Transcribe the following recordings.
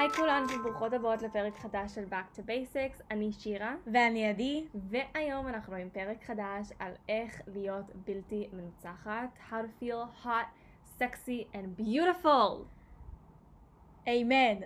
היי כולן וברוכות הבאות לפרק חדש של Back to Basics, אני שירה ואני עדי, והיום אנחנו עם פרק חדש על איך להיות בלתי מנוצחת, how to feel hot, sexy and beautiful. אמן.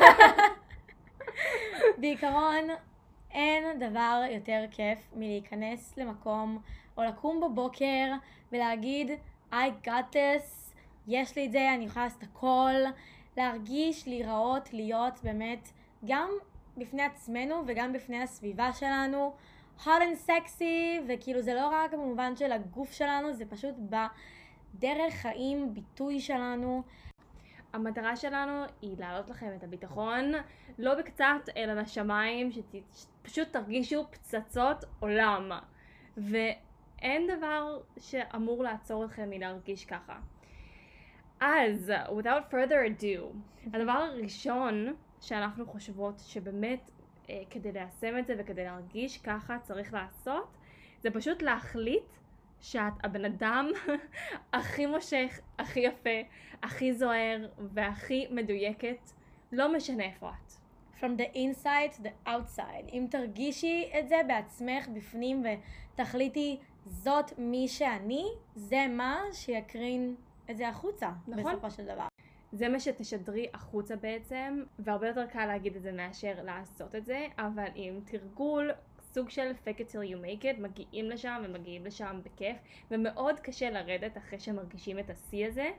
בעיקרון אין דבר יותר כיף מלהיכנס למקום או לקום בבוקר ולהגיד I got this, יש לי את זה, אני יכולה לעשות הכל, להרגיש, להיראות, להיות באמת גם בפני עצמנו וגם בפני הסביבה שלנו hot and sexy, וכאילו זה לא רק במובן של הגוף שלנו, זה פשוט בדרך חיים, ביטוי שלנו. המטרה שלנו היא להעלות לכם את הביטחון, לא בקצת אלא לשמיים, שפשוט תרגישו פצצות עולם. ואין דבר שאמור לעצור אתכם מלהרגיש ככה. אז, without further ado, הדבר הראשון שאנחנו חושבות שבאמת כדי ליישם את זה וכדי להרגיש ככה צריך לעשות, זה פשוט להחליט שאת הבן אדם הכי מושך, הכי יפה, הכי זוהר והכי מדויקת, לא משנה איפה את. From the inside to the outside. אם תרגישי את זה בעצמך בפנים ותחליטי זאת מי שאני, זה מה שיקרין את זה החוצה, נכון? בסופו של דבר. זה מה שתשדרי החוצה בעצם, והרבה יותר קל להגיד את זה מאשר לעשות את זה, אבל עם תרגול, סוג של fake it till you make it, מגיעים לשם ומגיעים לשם בכיף, ומאוד קשה לרדת אחרי שמרגישים את השיא הזה.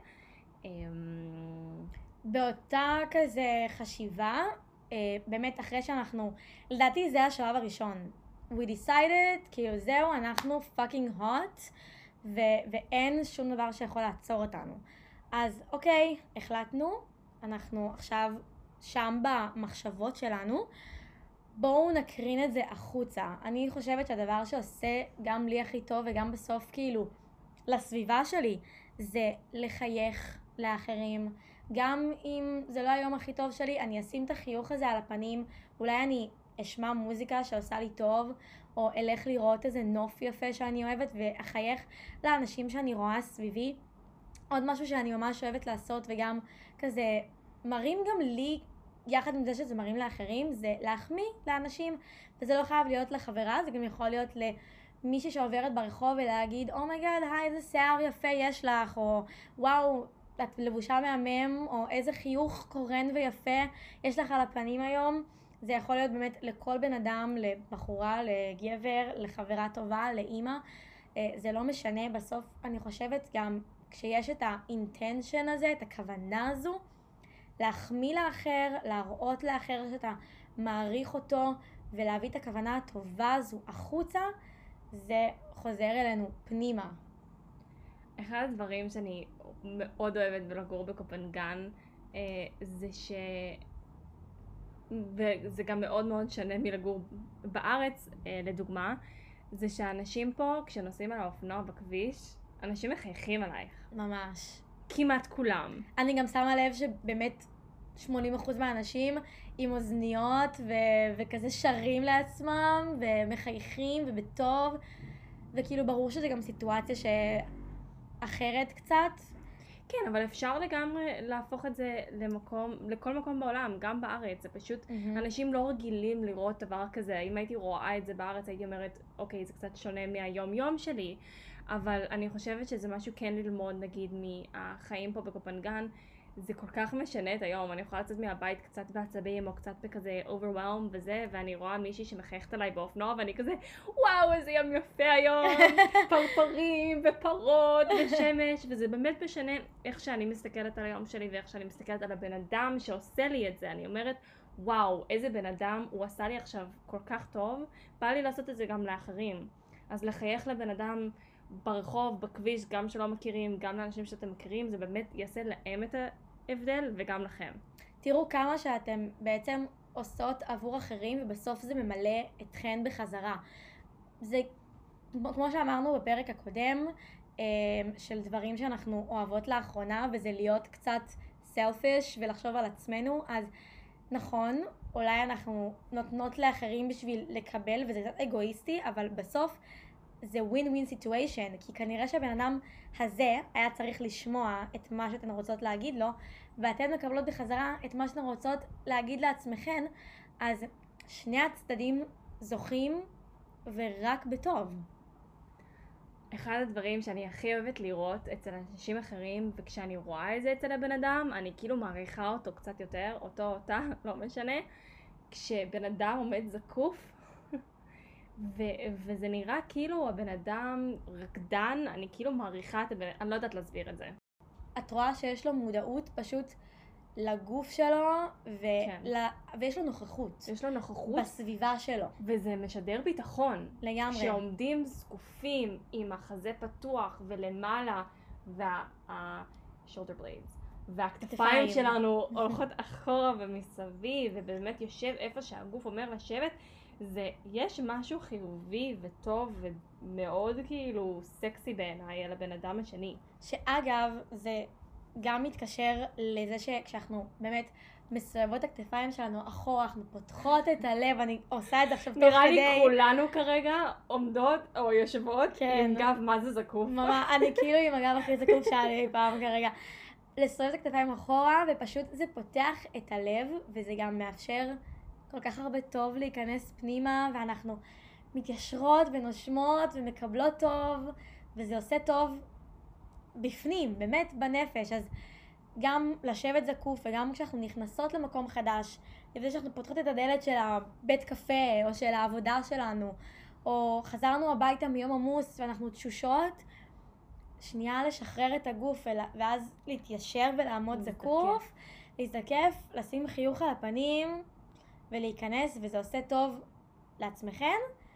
באותה כזה חשיבה, באמת אחרי שאנחנו, לדעתי זה השלב הראשון. We decided, כאילו זהו, אנחנו fucking hot, ואין שום דבר שיכול לעצור אותנו. אז אוקיי, החלטנו, אנחנו עכשיו שם במחשבות שלנו, בואו נקרין את זה החוצה. אני חושבת שהדבר שעושה גם לי הכי טוב וגם בסוף כאילו לסביבה שלי, זה לחייך לאחרים. גם אם זה לא היום הכי טוב שלי, אני אשים את החיוך הזה על הפנים, אולי אני אשמע מוזיקה שעושה לי טוב, או אלך לראות איזה נוף יפה שאני אוהבת, ואחייך לאנשים שאני רואה סביבי. עוד משהו שאני ממש אוהבת לעשות, וגם כזה מרים גם לי, יחד עם זה שזה מרים לאחרים, זה להחמיא לאנשים, וזה לא חייב להיות לחברה, זה גם יכול להיות למישהי שעוברת ברחוב ולהגיד, אומייגאד, היי, איזה שיער יפה יש לך, או וואו, את לבושה מהמם, או איזה חיוך קורן ויפה יש לך על הפנים היום. זה יכול להיות באמת לכל בן אדם, לבחורה, לגבר, לחברה טובה, לאמא. זה לא משנה, בסוף אני חושבת גם כשיש את האינטנשן הזה, את הכוונה הזו, להחמיא לאחר, להראות לאחר שאתה מעריך אותו, ולהביא את הכוונה הטובה הזו החוצה, זה חוזר אלינו פנימה. אחד הדברים שאני מאוד אוהבת בלגור בקופנגן, זה וזה גם מאוד מאוד שונה מלגור בארץ, לדוגמה, זה שאנשים פה, כשנוסעים על האופנוע בכביש, אנשים מחייכים עלייך. ממש. כמעט כולם. אני גם שמה לב שבאמת 80% מהאנשים עם אוזניות וכזה שרים לעצמם ומחייכים ובטוב, וכאילו ברור שזה גם סיטואציה שאחרת קצת. כן, אבל אפשר לגמרי להפוך את זה לכל מקום בעולם, גם בארץ. זה פשוט, אנשים לא רגילים לראות דבר כזה. אם הייתי רואה את זה בארץ, הייתי אומרת, אוקיי, זה קצת שונה מהיום יום שלי, אבל אני חושבת שזה משהו כן ללמוד, נגיד, מהחיים פה בקופנגן. זה כל כך משנה את היום. אני יכולה לצאת מהבית קצת בעצבים, או קצת בכזה overwhelmed וזה, ואני רואה מישהי שמחייכת עליי באופנוע, ואני כזה, וואו, איזה יום יפה היום, פרפרים ופרות ושמש, וזה באמת משנה איך שאני מסתכלת על היום שלי, ואיך שאני מסתכלת על הבן אדם שעושה לי את זה. אני אומרת, וואו, איזה בן אדם, הוא עשה לי עכשיו כל כך טוב, בא לי לעשות את זה גם לאחרים. אז לחייך לבן אדם ברחוב, בכביש, גם שלא מכירים, גם לאנשים שאתם מכירים, זה באמת יעשה להם את ההבדל וגם לכם. תראו כמה שאתם בעצם עושות עבור אחרים, ובסוף זה ממלא אתכן בחזרה. זה כמו שאמרנו בפרק הקודם, של דברים שאנחנו אוהבות לאחרונה, וזה להיות קצת selfish ולחשוב על עצמנו. אז נכון, אולי אנחנו נותנות לאחרים בשביל לקבל, וזה קצת אגואיסטי, אבל בסוף זה win-win situation, כי כנראה שהבן אדם הזה היה צריך לשמוע את מה שאתן רוצות להגיד לו, ואתן מקבלות בחזרה את מה שאתן רוצות להגיד לעצמכן, אז שני הצדדים זוכים ורק בטוב. אחד הדברים שאני הכי אוהבת לראות אצל אנשים אחרים, וכשאני רואה את זה אצל הבן אדם, אני כאילו מעריכה אותו קצת יותר, אותו או אותה, לא משנה, כשבן אדם עומד זקוף, וזה נראה כאילו הבן אדם רקדן, אני כאילו מעריכה את הבן אדם, אני לא יודעת להסביר את זה. את רואה שיש לו מודעות פשוט לגוף שלו, ויש לו נוכחות. יש לו נוכחות. בסביבה שלו. וזה משדר ביטחון. לגמרי. כשעומדים זקופים עם החזה פתוח ולמעלה, shoulder blades, והכתפיים שלנו הולכות אחורה ומסביב, ובאמת יושב איפה שהגוף אומר לשבת, יש משהו חיובי וטוב ומאוד כאילו סקסי בעיניי על הבן אדם השני. שאגב, זה גם מתקשר לזה שכשאנחנו באמת מסובבות את הכתפיים שלנו אחורה, אנחנו פותחות את הלב, אני עושה את זה עכשיו תוך כדי. נראה לי כולנו כרגע עומדות או יושבות עם גב מה זה זקוף. ממש, אני כאילו עם הגב הכי זקוף שהיה לי פעם כרגע. לסובב את הכתפיים אחורה, ופשוט זה פותח את הלב, וזה גם מאפשר כל כך הרבה טוב להיכנס פנימה, ואנחנו מתיישרות ונושמות ומקבלות טוב, וזה עושה טוב בפנים, באמת בנפש. אז גם לשבת זקוף, וגם כשאנחנו נכנסות למקום חדש, לפני שאנחנו פותחות את הדלת של הבית קפה, או של העבודה שלנו, או חזרנו הביתה מיום עמוס ואנחנו תשושות, שנייה לשחרר את הגוף, ואז להתיישר ולעמוד זקוף, להזדקף, לשים חיוך על הפנים, ולהיכנס, וזה עושה טוב לעצמכן,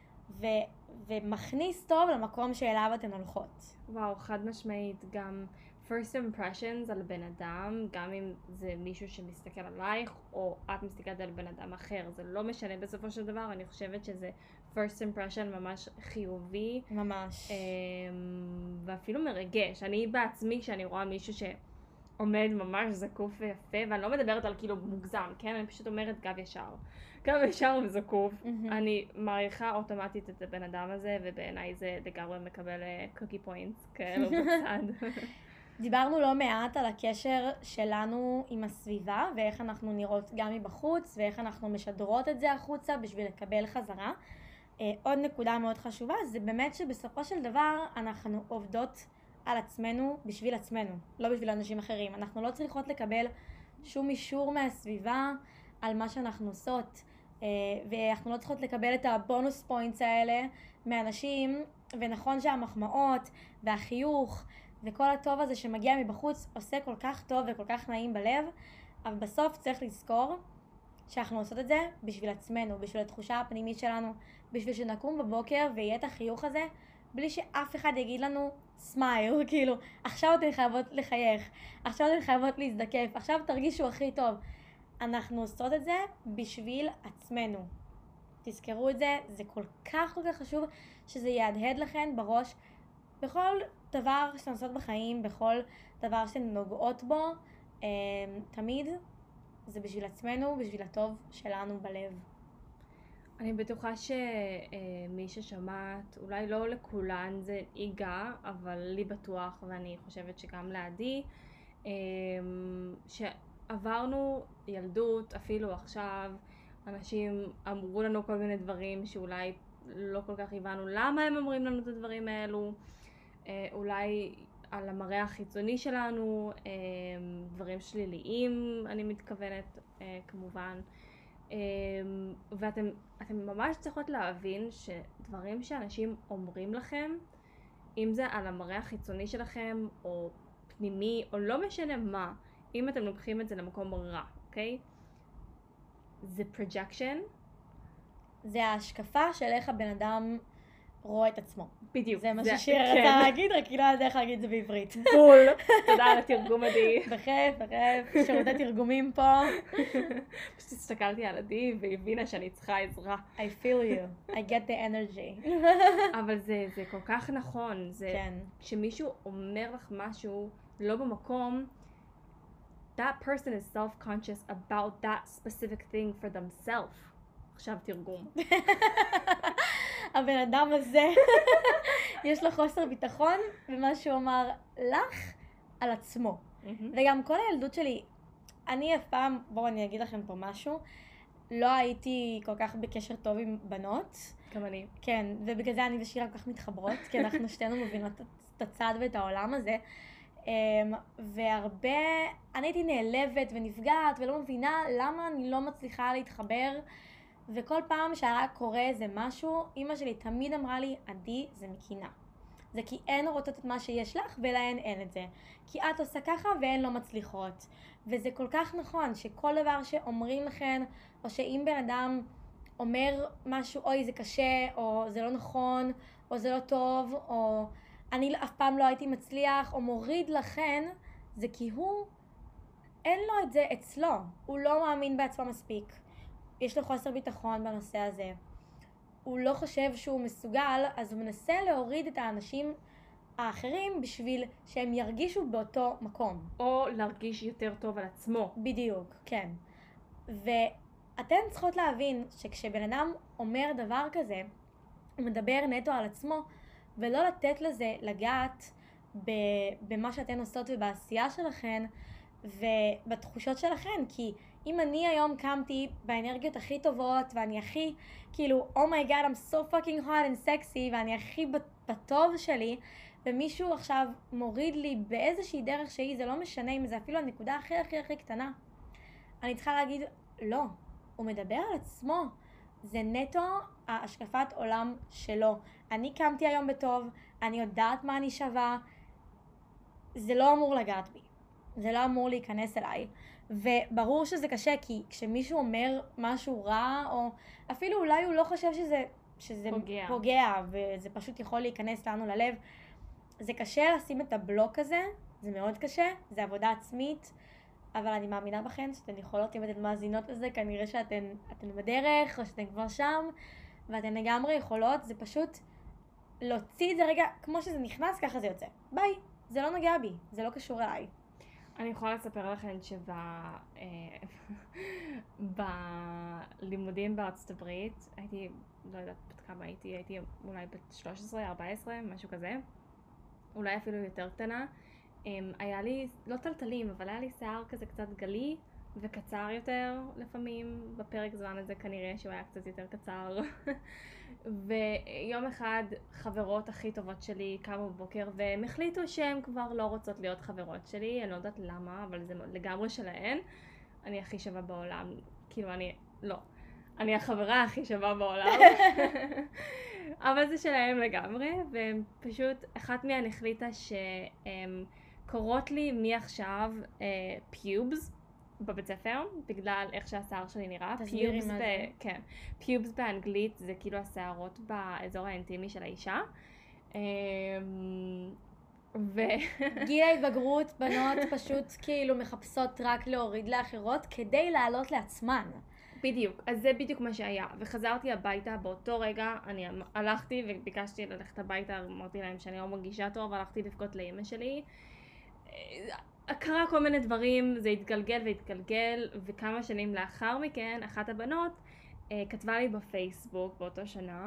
ומכניס טוב למקום שאליו אתן הולכות. וואו, חד משמעית, גם first impressions על בן אדם, גם אם זה מישהו שמסתכל עלייך, או את מסתכלת על בן אדם אחר, זה לא משנה בסופו של דבר, אני חושבת שזה first impression ממש חיובי. ממש. ואפילו מרגש. אני בעצמי, כשאני רואה מישהו שעומד ממש זקוף ויפה, ואני לא מדברת על כאילו מוגזם, כן? אני פשוט אומרת גב ישר. גב ישר וזקוף. אני מעריכה אוטומטית את הבן אדם הזה, ובעיניי זה לגמרי מקבל קוקי פוינטס כאלו בצד. דיברנו לא מעט על הקשר שלנו עם הסביבה, ואיך אנחנו נראות גם מבחוץ, ואיך אנחנו משדרות את זה החוצה בשביל לקבל חזרה. עוד נקודה מאוד חשובה, זה באמת שבסופו של דבר אנחנו עובדות על עצמנו בשביל עצמנו, לא בשביל אנשים אחרים. אנחנו לא צריכות לקבל שום אישור מהסביבה על מה שאנחנו עושות, ואנחנו לא צריכות לקבל את הבונוס פוינטס האלה מאנשים, ונכון שהמחמאות והחיוך וכל הטוב הזה שמגיע מבחוץ עושה כל כך טוב וכל כך נעים בלב, אבל בסוף צריך לזכור שאנחנו עושות את זה בשביל עצמנו, בשביל התחושה הפנימית שלנו, בשביל שנקום בבוקר ויהיה את החיוך הזה, בלי שאף אחד יגיד לנו סמייל, כאילו, עכשיו אתן חייבות לחייך, עכשיו אתן חייבות להזדקף, עכשיו תרגישו הכי טוב. אנחנו עושות את זה בשביל עצמנו. תזכרו את זה, זה כל כך חשוב שזה יהדהד לכן בראש, בכל דבר שאתן עושות בחיים, בכל דבר שאתן נוגעות בו, תמיד זה בשביל עצמנו, בשביל הטוב שלנו בלב. אני בטוחה שמי ששמעת, אולי לא לכולן זה ייגע, אבל לי בטוח, ואני חושבת שגם לעדי, שעברנו ילדות, אפילו עכשיו, אנשים אמרו לנו כל מיני דברים שאולי לא כל כך הבנו למה הם אומרים לנו את הדברים האלו, אולי על המראה החיצוני שלנו, דברים שליליים, אני מתכוונת כמובן. ואתם ממש צריכות להבין שדברים שאנשים אומרים לכם, אם זה על המראה החיצוני שלכם, או פנימי, או לא משנה מה, אם אתם לוקחים את זה למקום רע, אוקיי? זה projection. זה ההשקפה של איך הבן אדם רואה את עצמו. בדיוק. זה מה ששיר רצה להגיד, רק היא לא יודעת איך להגיד את זה בעברית. בול. תודה על התרגום עדי. בכיף, שירותי תרגומים פה. פשוט הסתכלתי על עדי והבינה שאני צריכה עזרה. I feel you, I get the energy. אבל זה כל כך נכון. כן. כשמישהו אומר לך משהו לא במקום, that person is self-conscious about that specific thing for themselves. עכשיו תרגום. הבן אדם הזה, יש לו חוסר ביטחון במה שהוא אמר לך על עצמו. וגם כל הילדות שלי, אני אף פעם, בואו אני אגיד לכם פה משהו, לא הייתי כל כך בקשר טוב עם בנות. גם אני. כן, ובגלל זה אני ושירה כל כך מתחברות, כי אנחנו שתינו מבינות את הצד ואת העולם הזה. והרבה, אני הייתי נעלבת ונפגעת ולא מבינה למה אני לא מצליחה להתחבר. וכל פעם שהיה קורה איזה משהו, אמא שלי תמיד אמרה לי, עדי, זה מקינה. זה כי הן רוצות את מה שיש לך ולהן אין את זה. כי את עושה ככה והן לא מצליחות. וזה כל כך נכון שכל דבר שאומרים לכן, או שאם בן אדם אומר משהו, אוי זה קשה, או זה לא נכון, או זה לא טוב, או אני אף פעם לא הייתי מצליח, או מוריד לכן, זה כי הוא, אין לו את זה אצלו. הוא לא מאמין בעצמו מספיק. יש לו חוסר ביטחון בנושא הזה. הוא לא חושב שהוא מסוגל, אז הוא מנסה להוריד את האנשים האחרים בשביל שהם ירגישו באותו מקום. או להרגיש יותר טוב על עצמו. בדיוק, כן. ואתן צריכות להבין שכשבן אדם אומר דבר כזה, הוא מדבר נטו על עצמו, ולא לתת לזה לגעת במה שאתן עושות ובעשייה שלכן, ובתחושות שלכן, כי אם אני היום קמתי באנרגיות הכי טובות, ואני הכי, כאילו, oh my god, I'm so fucking hot and sexy, ואני הכי בטוב שלי, ומישהו עכשיו מוריד לי באיזושהי דרך שהיא, זה לא משנה אם זה אפילו הנקודה הכי הכי הכי קטנה. אני צריכה להגיד, לא, הוא מדבר על עצמו. זה נטו ההשקפת עולם שלו. אני קמתי היום בטוב, אני יודעת מה אני שווה, זה לא אמור לגעת בי. זה לא אמור להיכנס אליי. וברור שזה קשה, כי כשמישהו אומר משהו רע, או אפילו אולי הוא לא חושב שזה פוגע, וזה פשוט יכול להיכנס לנו ללב, זה קשה לשים את הבלוק הזה, זה מאוד קשה, זה עבודה עצמית, אבל אני מאמינה בכן שאתן יכולות, אם אתן מאזינות לזה, כנראה שאתן בדרך, או שאתן כבר שם, ואתן לגמרי יכולות, זה פשוט להוציא את זה רגע, כמו שזה נכנס, ככה זה יוצא. ביי, זה לא נוגע בי, זה לא קשור אליי. אני יכולה לספר לכם בלימודים בארצות הברית, הייתי, לא יודעת בת כמה הייתי אולי בת 13, 14, משהו כזה, אולי אפילו יותר קטנה. היה לי, לא טלטלים, אבל היה לי שיער כזה קצת גלי וקצר יותר לפעמים, בפרק זמן הזה כנראה שהוא היה קצת יותר קצר. ויום אחד חברות הכי טובות שלי קמו בבוקר והם החליטו שהן כבר לא רוצות להיות חברות שלי, אני לא יודעת למה, אבל זה לגמרי שלהן. אני הכי שווה בעולם, כאילו אני החברה הכי שווה בעולם. אבל זה שלהם לגמרי, ופשוט אחת מהן החליטה שהם קוראות לי מעכשיו פיובס בבית ספר, בגלל איך שהשיער שלי נראה. תסבירי מה זה. כן. פיובס באנגלית זה כאילו השערות באזור האינטימי של האישה. גיל ההתבגרות, בנות פשוט כאילו מחפשות רק להוריד לאחרות כדי לעלות לעצמן. בדיוק, אז זה בדיוק מה שהיה. וחזרתי הביתה באותו רגע, אני הלכתי וביקשתי ללכת הביתה, אמרתי להם שאני לא מרגישה טוב, הלכתי לבכות לאמא שלי. קרה כל מיני דברים, זה התגלגל והתגלגל, וכמה שנים לאחר מכן, אחת הבנות כתבה לי בפייסבוק באותו שנה,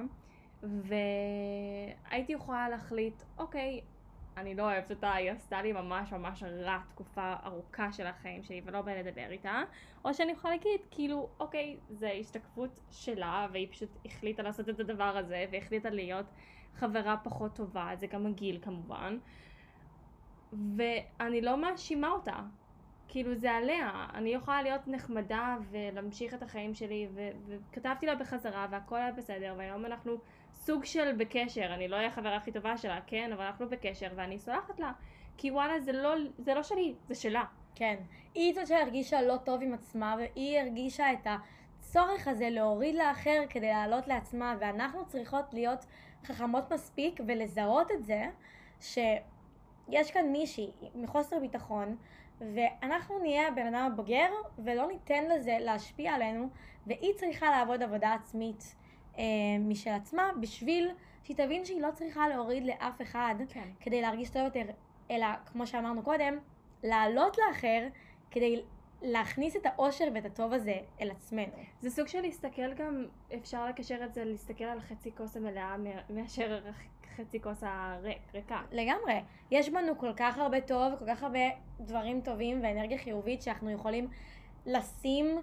והייתי יכולה להחליט, אוקיי, אני לא אוהבת אותה, היא עשתה לי ממש ממש רע תקופה ארוכה של החיים שלי ולא בא לדבר איתה, או שאני יכולה להגיד, כאילו, אוקיי, זה השתקפות שלה, והיא פשוט החליטה לעשות את הדבר הזה, והחליטה להיות חברה פחות טובה, זה גם הגיל כמובן, ואני לא מאשימה אותה, כאילו זה עליה, אני יכולה להיות נחמדה ולהמשיך את החיים שלי, וכתבתי לה בחזרה והכל היה בסדר, והיום אנחנו סוג של בקשר, אני לא אהיה החברה הכי טובה שלה, כן, אבל אנחנו בקשר ואני סולחת לה, כי וואלה זה לא שלי, זה שלה. כן, היא זאת שהרגישה לא טוב עם עצמה, והיא הרגישה את הצורך הזה להוריד לאחר כדי לעלות לעצמה, ואנחנו צריכות להיות חכמות מספיק ולזהות את זה, שיש כאן מישהי מחוסר ביטחון, ואנחנו נהיה הבן אדם הבוגר, ולא ניתן לזה להשפיע עלינו, והיא צריכה לעבוד עבודה עצמית משל עצמה, בשביל שהיא תבין שהיא לא צריכה להוריד לאף אחד, כן. כדי להרגיש טוב יותר, אלא כמו שאמרנו קודם, לעלות לאחר, כדי להכניס את האושר ואת הטוב הזה אל עצמנו. זה סוג של להסתכל גם, אפשר לקשר את זה, להסתכל על חצי כוס המלאה מאשר חצי כוס הריקה. לגמרי. יש בנו כל כך הרבה טוב, כל כך הרבה דברים טובים ואנרגיה חיובית שאנחנו יכולים לשים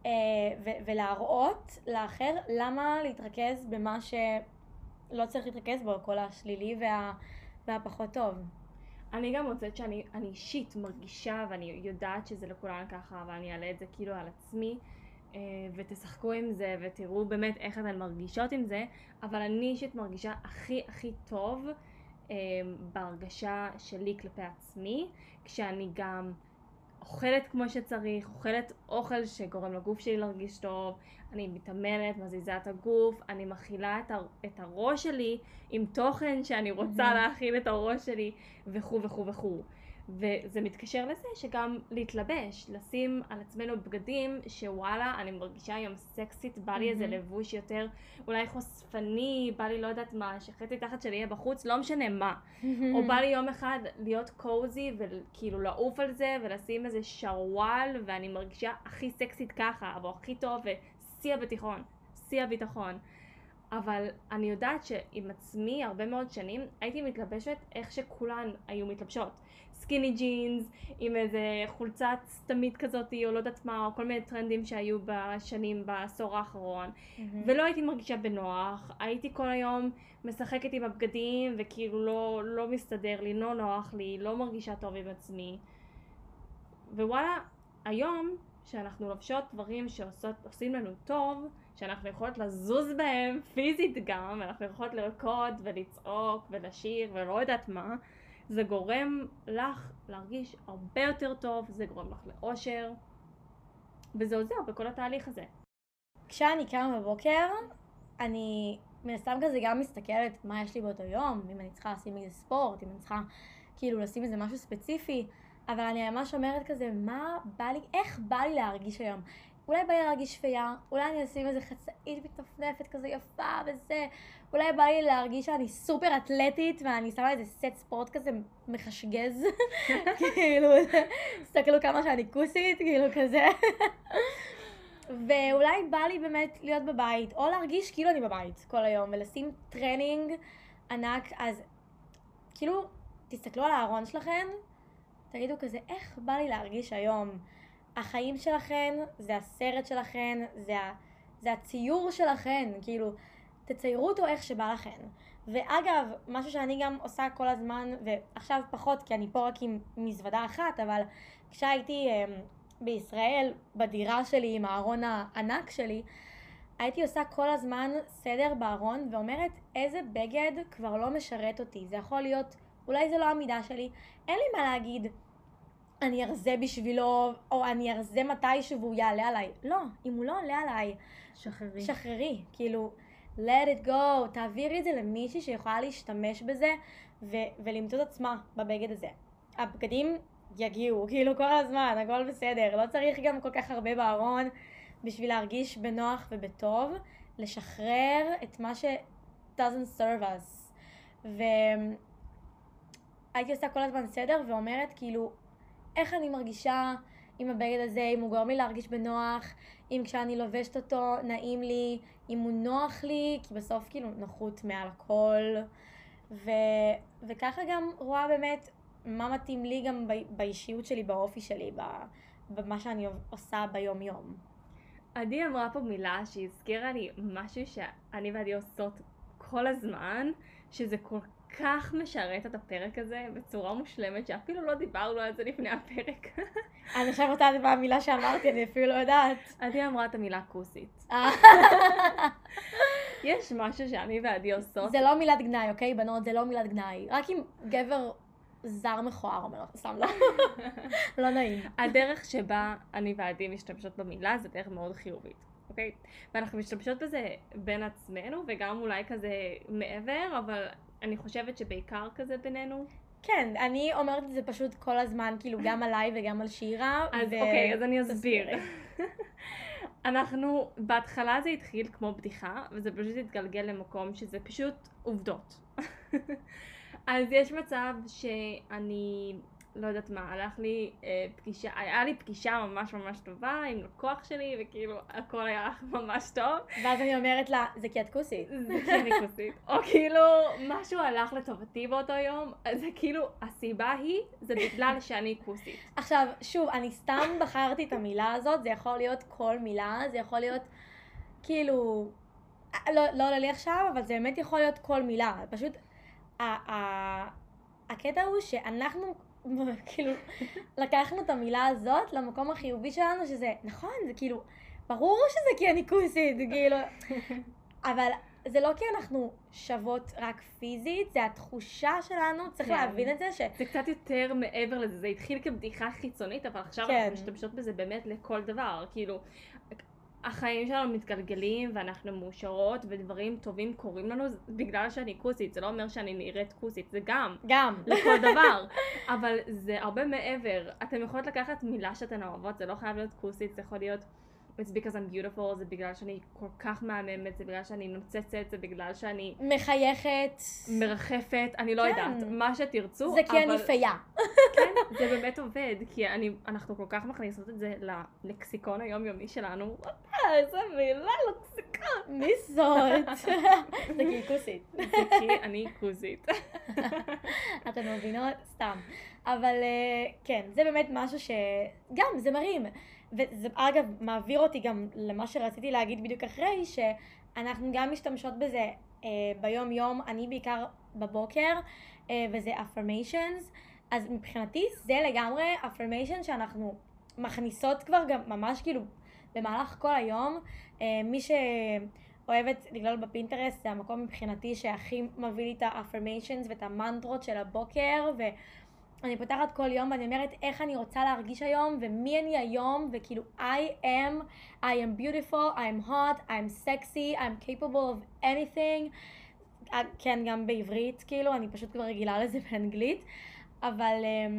ולהראות לאחר. למה להתרכז במה שלא צריך להתרכז בו, כל השלילי והפחות טוב? אני גם מוצאת שאני אישית מרגישה, ואני יודעת שזה לכולן ככה, אבל אני אעלה את זה כאילו על עצמי, ותשחקו עם זה ותראו באמת איך אתן מרגישות עם זה, אבל אני אישית מרגישה הכי טוב בהרגשה שלי כלפי עצמי, כשאני גם אוכלת כמו שצריך, אוכלת אוכל שגורם לגוף שלי להרגיש טוב, אני מתאמנת, מזיזה את הגוף, אני מכילה את הראש שלי עם תוכן שאני רוצה להכיל את הראש שלי וכו' וכו' וכו'. וזה מתקשר לזה שגם להתלבש, לשים על עצמנו בגדים שוואלה, אני מרגישה היום סקסית, בא לי איזה לבוש יותר אולי חושפני, בא לי לא יודעת מה, שחצי תחת שלי יהיה בחוץ, לא משנה מה. או בא לי יום אחד להיות קוזי וכאילו לעוף על זה ולשים איזה שרוואל, ואני מרגישה הכי סקסית ככה, אבל הכי טוב שיא הביטחון. אבל אני יודעת שעם עצמי הרבה מאוד שנים הייתי מתלבשת איך שכולן היו מתלבשות. סקיני ג'ינס, עם איזה חולצת סתמית כזאת, או לא יודעת מה, או כל מיני טרנדים שהיו בשנים, בעשור האחרון. ולא הייתי מרגישה בנוח, הייתי כל היום משחקת עם הבגדים, וכאילו לא מסתדר לי, לא נוח לי, לא מרגישה טוב עם עצמי. ווואלה, היום שאנחנו לובשות דברים שעושים לנו טוב, שאנחנו יכולות לזוז בהם פיזית גם, אנחנו יכולות לרקוד ולצעוק ולשיר ולא יודעת מה, זה גורם לך להרגיש הרבה יותר טוב, זה גורם לך לאושר, וזה עוזר בכל התהליך הזה. כשאני קמה בבוקר, אני מנסתם כזה גם מסתכלת מה יש לי באותו יום, אם אני צריכה לשים איזה ספורט, אם אני צריכה כאילו לשים איזה משהו ספציפי, אבל אני ממש אומרת כזה, מה בא לי, איך בא לי להרגיש היום? אולי בא לי להרגיש שפייה, אולי אני אשים איזה חצאית מתנפנפת כזה יפה וזה, אולי בא לי להרגיש שאני סופר אתלטית ואני שמה איזה סט ספורט כזה מחשגז, כאילו, תסתכלו כמה שאני כוסית, כאילו כזה. ואולי בא לי באמת להיות בבית, או להרגיש כאילו אני בבית כל היום, ולשים טרנינג ענק, אז כאילו, תסתכלו על הארון שלכם, תגידו כזה, איך בא לי להרגיש היום? החיים שלכן, זה הסרט שלכן, זה הציור שלכן, כאילו, תציירו אותו איך שבא לכן. ואגב, משהו שאני גם עושה כל הזמן, ועכשיו פחות, כי אני פה רק עם מזוודה אחת, אבל כשהייתי בישראל, בדירה שלי, עם הארון הענק שלי, הייתי עושה כל הזמן סדר בארון, ואומרת איזה בגד כבר לא משרת אותי. זה יכול להיות, אולי זה לא המידה שלי, אין לי מה להגיד, אני ארזה בשבילו, או אני ארזה מתישהו והוא יעלה עליי. לא, אם הוא לא עולה עליי, שחררי. כאילו, let it go, תעבירי את זה למישהי שיכולה להשתמש בזה, ולמצוא את עצמה בבגד הזה. הבגדים יגיעו, כאילו כל הזמן, הכל בסדר. לא צריך גם כל כך הרבה בארון בשביל להרגיש בנוח ובטוב, לשחרר את מה doesn't serve us. והייתי עושה כל הזמן סדר ואומרת כאילו, איך אני מרגישה עם הבגד הזה, אם הוא גורם לי להרגיש בנוח, אם כשאני לובשת אותו נעים לי, אם הוא נוח לי, כי בסוף כאילו נוחות מעל הכל. וככה גם רואה באמת מה מתאים לי גם באישיות שלי, באופי שלי, במה שאני עושה ביום יום. עדי אמרה פה מילה שהזכירה לי משהו שאני ועדי עושות כל הזמן, שזה כל כך משרת את הפרק הזה בצורה מושלמת, שאפילו לא דיברנו על זה לפני הפרק. אני עכשיו אותה מה המילה שאמרתי, אני אפילו לא יודעת. עדי אמרה את המילה כוסית. יש משהו שאני ועדי עושות. זה לא מילת גנאי, אוקיי, בנות? זה לא מילת גנאי. רק אם גבר זר מכוער אומר לך, סתם לא. לא נעים. הדרך שבה אני ועדי משתמשות במילה זה דרך מאוד חיובית. אוקיי? ואנחנו משתמשות בזה בין עצמנו, וגם אולי כזה מעבר, אבל אני חושבת שבעיקר כזה בינינו. כן, אני אומרת את זה פשוט כל הזמן, כאילו גם עליי וגם על שירה. אז אוקיי, אז אני אסביר. אנחנו, בהתחלה זה התחיל כמו בדיחה, וזה פשוט התגלגל למקום שזה פשוט עובדות. אז יש מצב שאני לא יודעת מה, היה לי פגישה ממש ממש טובה עם לקוח שלי, וכאילו הכל היה ממש טוב. ואז אני אומרת לה, זה כי את כוסית. זה כי אני כוסית. או כאילו, משהו הלך לטובתי באותו יום, זה כאילו, הסיבה היא, זה בגלל שאני כוסית. עכשיו, שוב, אני סתם בחרתי את המילה הזאת, זה יכול להיות כל מילה, זה יכול להיות, כאילו, לא עולה לי עכשיו, אבל זה באמת יכול להיות כל מילה. פשוט, הקטע הוא שאנחנו, כאילו, לקחנו את המילה הזאת למקום החיובי שלנו, שזה, נכון, זה כאילו, ברור שזה כי אני כוסית, כאילו, אבל זה לא כי אנחנו שוות רק פיזית, זה התחושה שלנו, צריך להבין את זה זה קצת יותר מעבר לזה, זה התחיל כבדיחה חיצונית, אבל עכשיו אנחנו משתמשות בזה באמת לכל דבר, כאילו, החיים שלנו מתגלגלים ואנחנו מאושרות ודברים טובים קורים לנו בגלל שאני כוסית, זה לא אומר שאני נראית כוסית, זה גם לכל דבר, אבל זה הרבה מעבר. אתם יכולות לקחת מילה שאתן אוהבות, זה לא חייב להיות כוסית, זה יכול להיות It's because I'm beautiful, זה בגלל שאני כל כך מהממת, זה בגלל שאני נוצצת, זה בגלל שאני מחייכת, מרחפת, אני לא יודעת, מה שתרצו. זה כי אני פייה. כן, זה באמת עובד, כי אנחנו כל כך מכניסות את זה ללקסיקון היומיומי שלנו. איזה מילה, לקסיקון. מי זאת? זה כי היא כוסית. זה כי אני כוסית. אתן מבינות? סתם. אבל כן, זה באמת משהו שגם זה מרים. וזה אגב מעביר אותי גם למה שרציתי להגיד בדיוק אחרי, שאנחנו גם משתמשות בזה ביום יום, אני בעיקר בבוקר, וזה affirmations, אז מבחינתי זה לגמרי affirmation שאנחנו מכניסות כבר גם ממש כאילו במהלך כל היום. מי שאוהבת לגלול בפינטרסט, זה המקום מבחינתי שהכי מביא לי את ה-affirmations ואת המנטרות של הבוקר, אני פותחת כל יום ואני אומרת איך אני רוצה להרגיש היום ומי אני היום, וכאילו I am beautiful, I am hot, I am sexy, I am capable of anything. כן, גם בעברית, כאילו, אני פשוט כבר רגילה לזה באנגלית, אבל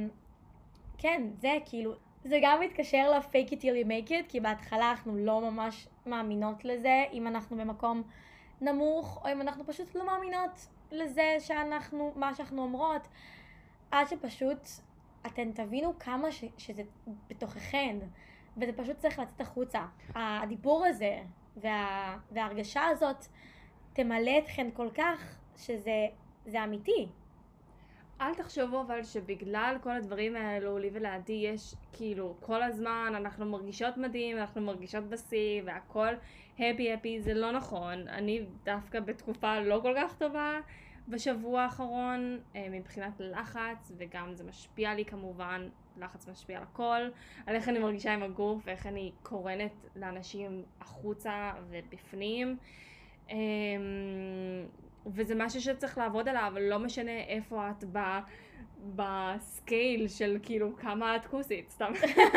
כן, זה כאילו, זה גם מתקשר ל-fake it till you make it, כי בהתחלה אנחנו לא ממש מאמינות לזה, אם אנחנו במקום נמוך, או אם אנחנו פשוט לא מאמינות לזה שאנחנו, מה שאנחנו אומרות, עד שפשוט אתן תבינו כמה שזה בתוככן, וזה פשוט צריך לצאת החוצה. הדיבור הזה וההרגשה הזאת תמלא אתכן כל כך שזה אמיתי. אל תחשבו אבל שבגלל כל הדברים האלו, לי ולעדי יש כאילו כל הזמן אנחנו מרגישות מדהים, אנחנו מרגישות בשיא והכל happy, זה לא נכון. אני דווקא בתקופה לא כל כך טובה בשבוע האחרון מבחינת לחץ, וגם זה משפיע לי כמובן, לחץ משפיע על הכל, על איך אני מרגישה עם הגוף ואיך אני קורנת לאנשים החוצה ובפנים, וזה משהו שצריך לעבוד עליו, לא משנה איפה את בסקייל של כאילו כמה את כוסית, סתם.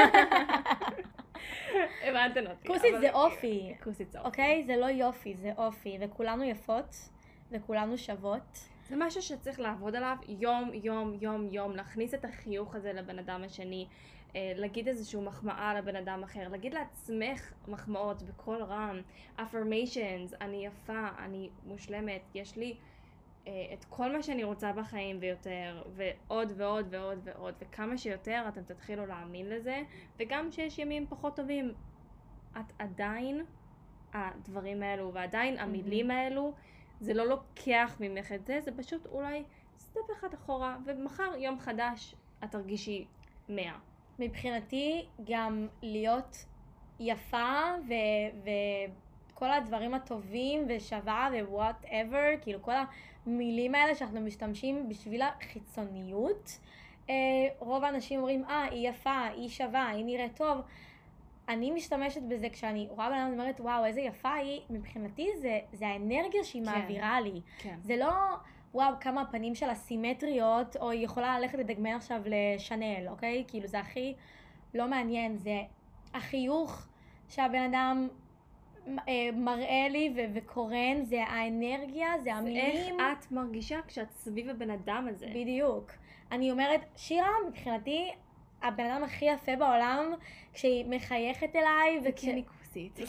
הבנתן אותי. כוסית זה אופי. כוסית זה אופי. אוקיי? זה לא יופי, זה אופי, וכולנו יפות. וכולנו שוות. זה משהו שצריך לעבוד עליו יום, יום, יום, יום, להכניס את החיוך הזה לבן אדם השני, להגיד איזשהו מחמאה לבן אדם אחר, להגיד לעצמך מחמאות בכל רם, affirmations, אני יפה, אני מושלמת, יש לי את כל מה שאני רוצה בחיים ויותר, ועוד ועוד ועוד ועוד, וכמה שיותר אתם תתחילו להאמין לזה, וגם שיש ימים פחות טובים, את עדיין הדברים האלו, ועדיין המילים האלו, זה לא לוקח ממך את זה, זה פשוט אולי סטפ אחד אחורה, ומחר יום חדש את תרגישי 100. מבחינתי גם להיות יפה וכל הדברים הטובים ושווה ו-whatever, כאילו כל המילים האלה שאנחנו משתמשים בשביל החיצוניות. רוב האנשים אומרים, היא יפה, היא שווה, היא נראית טוב. אני משתמשת בזה כשאני רואה בן אדם אומרת, וואו, איזה יפה היא, מבחינתי זה האנרגיה שהיא מעבירה לי. זה לא, וואו, כמה הפנים שלה סימטריות, או היא יכולה ללכת לדגמן עכשיו לשנל, אוקיי? כאילו זה הכי לא מעניין, זה החיוך שהבן אדם מראה לי וקורן, זה האנרגיה, זה המילים. זה איך את מרגישה כשאת סביב הבן אדם הזה. בדיוק. אני אומרת, שירה, מבחינתי, הבן אדם הכי יפה בעולם, כשהיא מחייכת אליי, כי אני כוסית.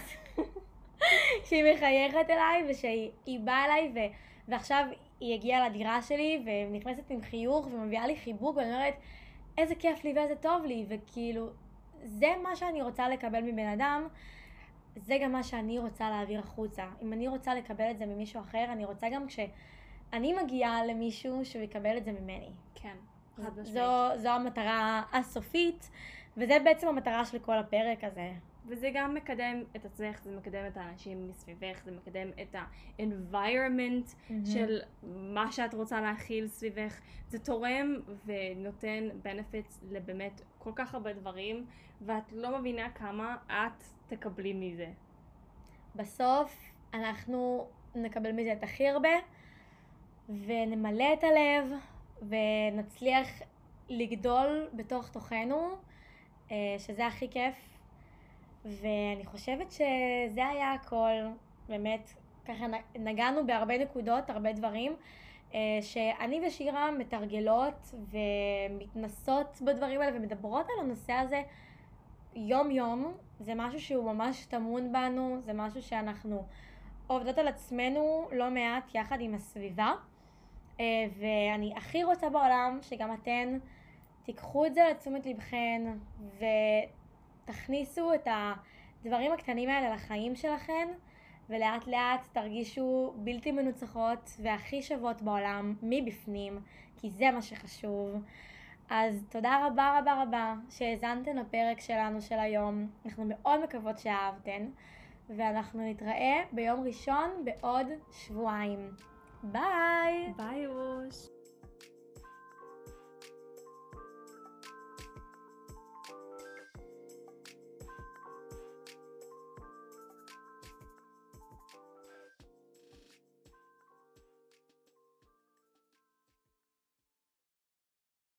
כשהיא מחייכת אליי, ושהיא באה אליי, ועכשיו היא הגיעה לדירה שלי, ונכנסת עם חיוך, ומביאה לי חיבוק, ואני אומרת, איזה כיף לי ואיזה טוב לי, וכאילו, זה מה שאני רוצה לקבל מבן אדם, זה גם מה שאני רוצה להעביר החוצה. אם אני רוצה לקבל את זה ממישהו אחר, אני רוצה גם כשאני מגיעה למישהו שהוא יקבל את זה ממני. כן, חד משמעית. זו המטרה הסופית, וזה בעצם המטרה של כל הפרק הזה. וזה גם מקדם את עצמך, זה מקדם את האנשים מסביבך, זה מקדם את ה-environment של מה שאת רוצה להכיל סביבך. זה תורם ונותן benefits לבאמת כל כך הרבה דברים, ואת לא מבינה כמה את תקבלי מזה. בסוף אנחנו נקבל מזה את הכי הרבה, ונמלא את הלב, ונצליח לגדול בתוך תוכנו, שזה הכי כיף. ואני חושבת שזה היה הכל, באמת, ככה נגענו בהרבה נקודות, הרבה דברים, שאני ושירה מתרגלות ומתנסות בדברים האלה ומדברות על הנושא הזה יום יום. זה משהו שהוא ממש טמון בנו, זה משהו שאנחנו עובדות על עצמנו לא מעט יחד עם הסביבה, ואני הכי רוצה בעולם שגם אתן תיקחו את זה לתשומת לבכן ותכניסו את הדברים הקטנים האלה לחיים שלכן, ולאט לאט תרגישו בלתי מנוצחות והכי שוות בעולם מבפנים, כי זה מה שחשוב. אז תודה רבה רבה רבה שהאזנתן לפרק שלנו של היום. אנחנו מאוד מקוות שאהבתן, ואנחנו נתראה ביום ראשון בעוד שבועיים. ביי! ביי אוש!